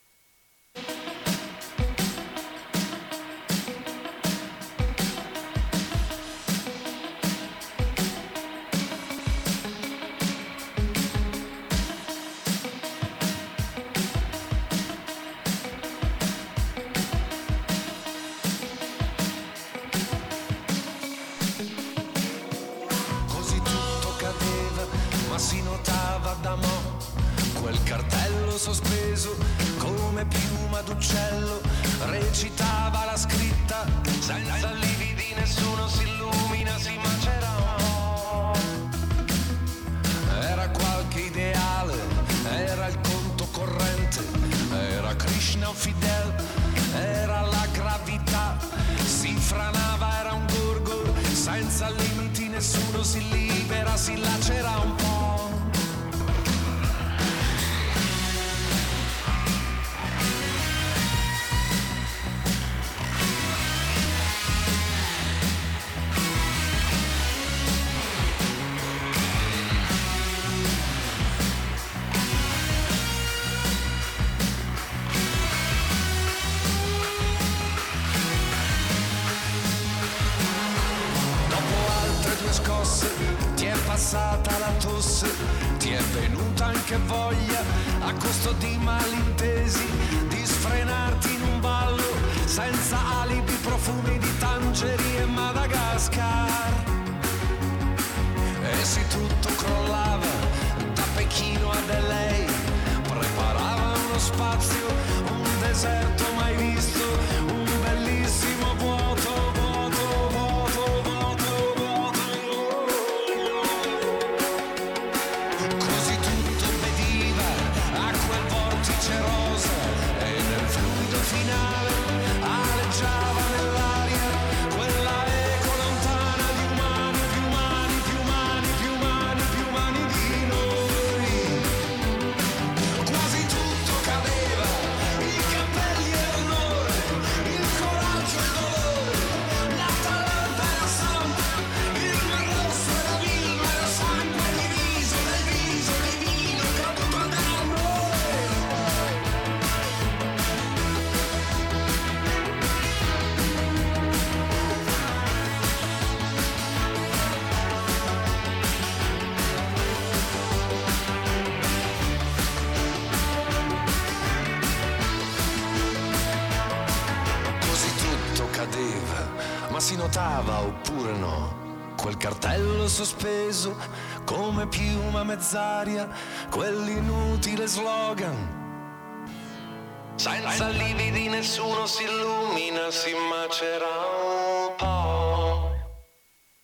Sospeso come piuma d'uccello, recitava la scritta, senza lividi nessuno si illumina, si macera. Era qualche ideale, era il conto corrente, era Krishna o Fidel, era la gravità, si franava, era un gorgo, senza limiti nessuno si libera, si lacera un po'. Ti è passata la tosse, ti è venuta anche voglia, a costo di malintesi, di sfrenarti in un ballo, senza alibi, profumi di Tangeri e Madagascar. E se tutto crollava, da Pechino ad L A, preparava uno spazio, un deserto mai visto, un bellissimo vuoto, vuoto, vuoto, vuoto. Finale aleggiava nell'aria quella eco lontana di umani, più umani, più umani, più umani, più umani di noi. Quasi tutto cadeva, i capelli e l'onore, il coraggio e il dolore, l'Atalanta e la Sampa, il Mar Rosso e la Vilma e la sangue diviso nel viso divino caduto da noi. Ma si notava oppure no quel cartello sospeso come piuma mezz'aria, quell'inutile slogan, senza lividi nessuno si illumina, si macera un po'. E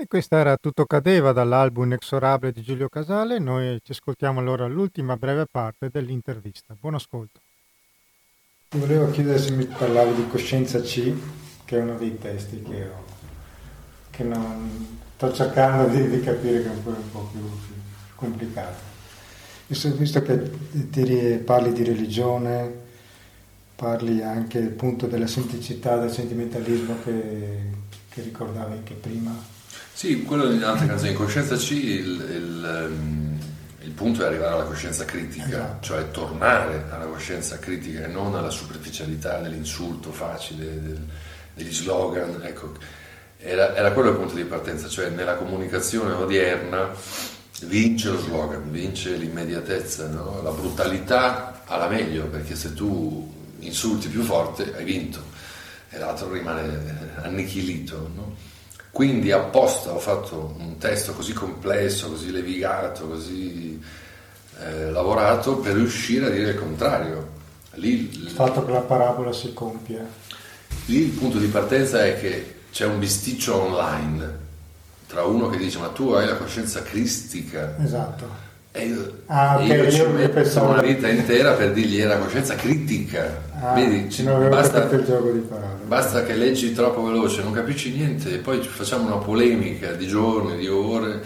E questa era Tutto cadeva dall'album Inexorabile di Giulio Casale. Noi ci ascoltiamo allora l'ultima breve parte dell'intervista. Buon ascolto. Ti volevo chiedere se mi parlavi di Coscienza C, che è uno dei testi che ho, che non sto cercando di, di capire, che è un po', un po' più, più complicato. Visto che ti parli di religione, parli anche appunto della semplicità, del sentimentalismo che, che ricordavi anche prima. Sì, quello in altre canzoni. In Coscienza C il, il, um, il punto è arrivare alla coscienza critica, esatto. Cioè tornare alla coscienza critica e non alla superficialità dell'insulto facile, del, degli slogan. Ecco, era, era quello il punto di partenza, cioè nella comunicazione odierna vince lo slogan, vince l'immediatezza, no? La brutalità alla meglio, perché se tu insulti più forte hai vinto e l'altro rimane annichilito, no? Quindi apposta ho fatto un testo così complesso, così levigato, così eh, lavorato per riuscire a dire il contrario. Lì, il fatto che la parabola si compie. Lì il punto di partenza è che c'è un bisticcio online tra uno che dice ma tu hai la coscienza cristica. Esatto. E io, ah, okay, io ci io metto pensavo... una vita intera per dirgli era coscienza critica. Ah, vedi, ci, non basta, il gioco di parole. Basta che leggi troppo veloce, non capisci niente e poi facciamo una polemica di giorni, di ore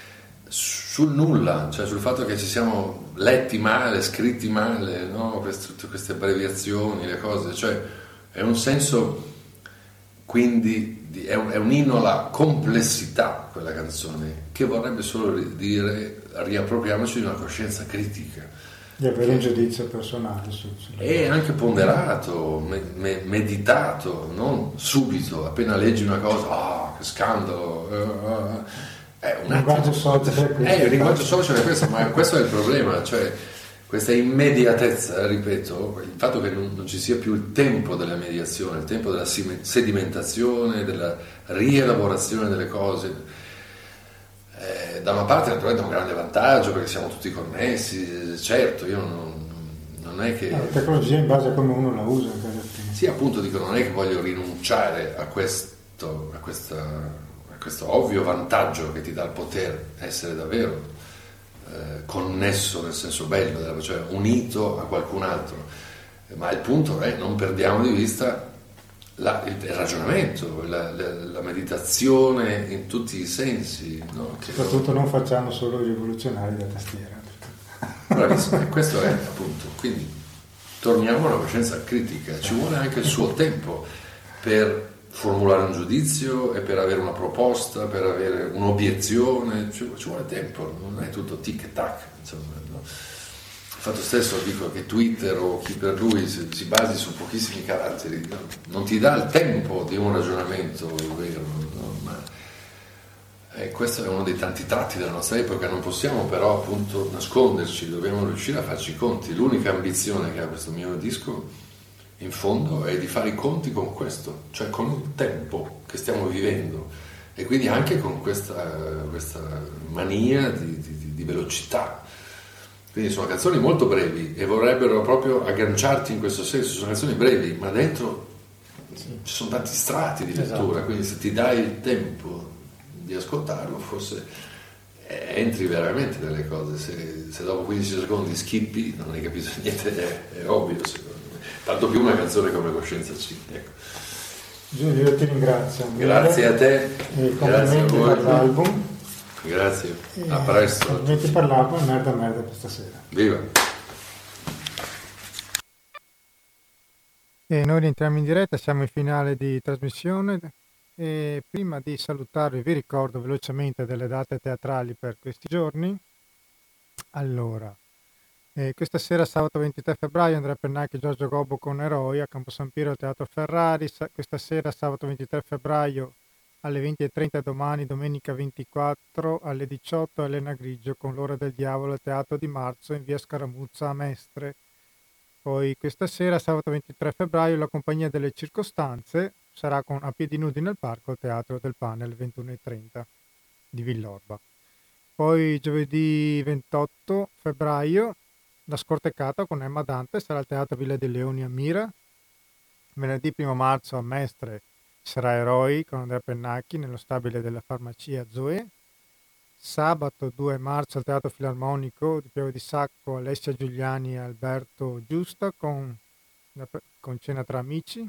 sul nulla, cioè sul fatto che ci siamo letti male, scritti male, no? Queste, tutte queste abbreviazioni, le cose, cioè è un senso, quindi di, è, un, è un inno alla complessità quella canzone, che vorrebbe solo dire riappropriamoci di una coscienza critica, di avere un giudizio personale su, e anche ponderato, me, me, meditato, non subito appena leggi una cosa, ah, che scandalo, uh, è un linguaggio social, è un linguaggio social è questo, ma questo è il problema, cioè questa immediatezza, ripeto, il fatto che non, non ci sia più il tempo della mediazione, il tempo della sedimentazione, della rielaborazione delle cose. Eh, da una parte naturalmente è un grande vantaggio perché siamo tutti connessi, certo, io non, non è che... La tecnologia in base a come uno la usa. Sì, appunto dico, non è che voglio rinunciare a questo, a, questa, a questo ovvio vantaggio che ti dà il poter essere davvero eh, connesso nel senso bello, cioè unito a qualcun altro, ma il punto è non perdiamo di vista La, il, il ragionamento, la, la, la meditazione in tutti i sensi, no? Che soprattutto non facciamo solo i rivoluzionari da tastiera. Bravissimo, e questo è appunto, quindi torniamo alla coscienza critica, ci vuole anche il suo tempo per formulare un giudizio e per avere una proposta, per avere un'obiezione, ci, ci vuole tempo, non è tutto tic tac, insomma, no? Il fatto stesso dico che Twitter o chi per lui si, si basi su pochissimi caratteri, no? Non ti dà il tempo di un ragionamento vero, no? Ma eh, questo è uno dei tanti tratti della nostra epoca, non possiamo però appunto nasconderci, dobbiamo riuscire a farci i conti. L'unica ambizione che ha questo mio disco in fondo è di fare i conti con questo, cioè con il tempo che stiamo vivendo e quindi anche con questa, questa mania di, di, di velocità. Quindi sono canzoni molto brevi e vorrebbero proprio agganciarti in questo senso, sono canzoni brevi, ma dentro sì. Ci sono tanti strati di lettura, esatto. Quindi se ti dai il tempo di ascoltarlo forse entri veramente nelle cose, se, se dopo quindici secondi skippi non hai capito niente, è, è ovvio secondo me, tanto più una canzone come Coscienza C. Ecco. Giulio, io ti ringrazio. Grazie a te, e complimenti per l'album. Grazie, a presto. Complimenti per l'album, merda merda questa sera. Viva! E noi rientriamo in diretta, siamo in finale di trasmissione e prima di salutarvi vi ricordo velocemente delle date teatrali per questi giorni. Allora, eh, questa sera sabato ventitré febbraio Andrea Pennacchi e Giorgio Gobbo con Eroi a Campo San Piero al Teatro Ferrari. Sa- questa sera sabato ventitré febbraio alle venti e trenta, domani domenica ventiquattro alle diciotto Elena Grigio con L'Ora del Diavolo al Teatro di Marzo in via Scaramuzza a Mestre. Poi questa sera sabato ventitré febbraio la Compagnia delle Circostanze sarà con A Piedi Nudi nel Parco al Teatro del Pane alle ventuno e trenta di Villorba. Poi giovedì ventotto febbraio La Scortecata con Emma Dante sarà al Teatro Villa dei Leoni a Mira. Venerdì primo marzo a Mestre ci sarà Eroi con Andrea Pennacchi nello stabile della farmacia Zoe. Sabato due marzo al Teatro Filarmonico di Pieve di Sacco, Alessia Giuliani e Alberto Giusta con, con cena tra amici.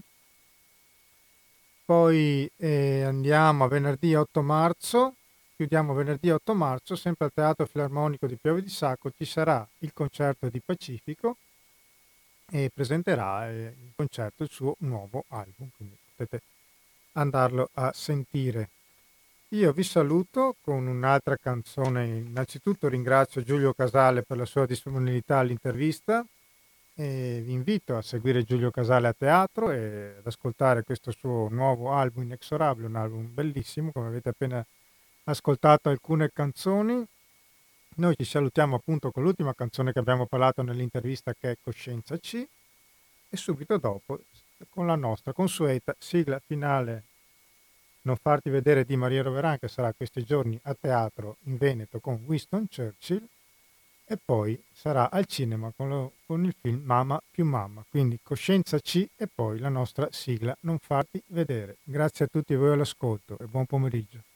Poi eh, andiamo a venerdì otto marzo, chiudiamo venerdì otto marzo, sempre al Teatro Filarmonico di Pieve di Sacco ci sarà il concerto di Pacifico e presenterà eh, il concerto il suo nuovo album, quindi potete andarlo a sentire. Io vi saluto con un'altra canzone. Innanzitutto ringrazio Giulio Casale per la sua disponibilità all'intervista e vi invito a seguire Giulio Casale a teatro e ad ascoltare questo suo nuovo album Inexorabile, un album bellissimo, come avete appena ascoltato alcune canzoni. Noi ci salutiamo appunto con l'ultima canzone che abbiamo parlato nell'intervista, che è Coscienza C, e subito dopo con la nostra consueta sigla finale Non farti vedere di Maria Roveran, che sarà questi giorni a teatro in Veneto con Winston Churchill, e poi sarà al cinema con, lo, con il film Mamma più Mamma. Quindi Coscienza C e poi la nostra sigla Non farti vedere. Grazie a tutti voi all'ascolto e buon pomeriggio.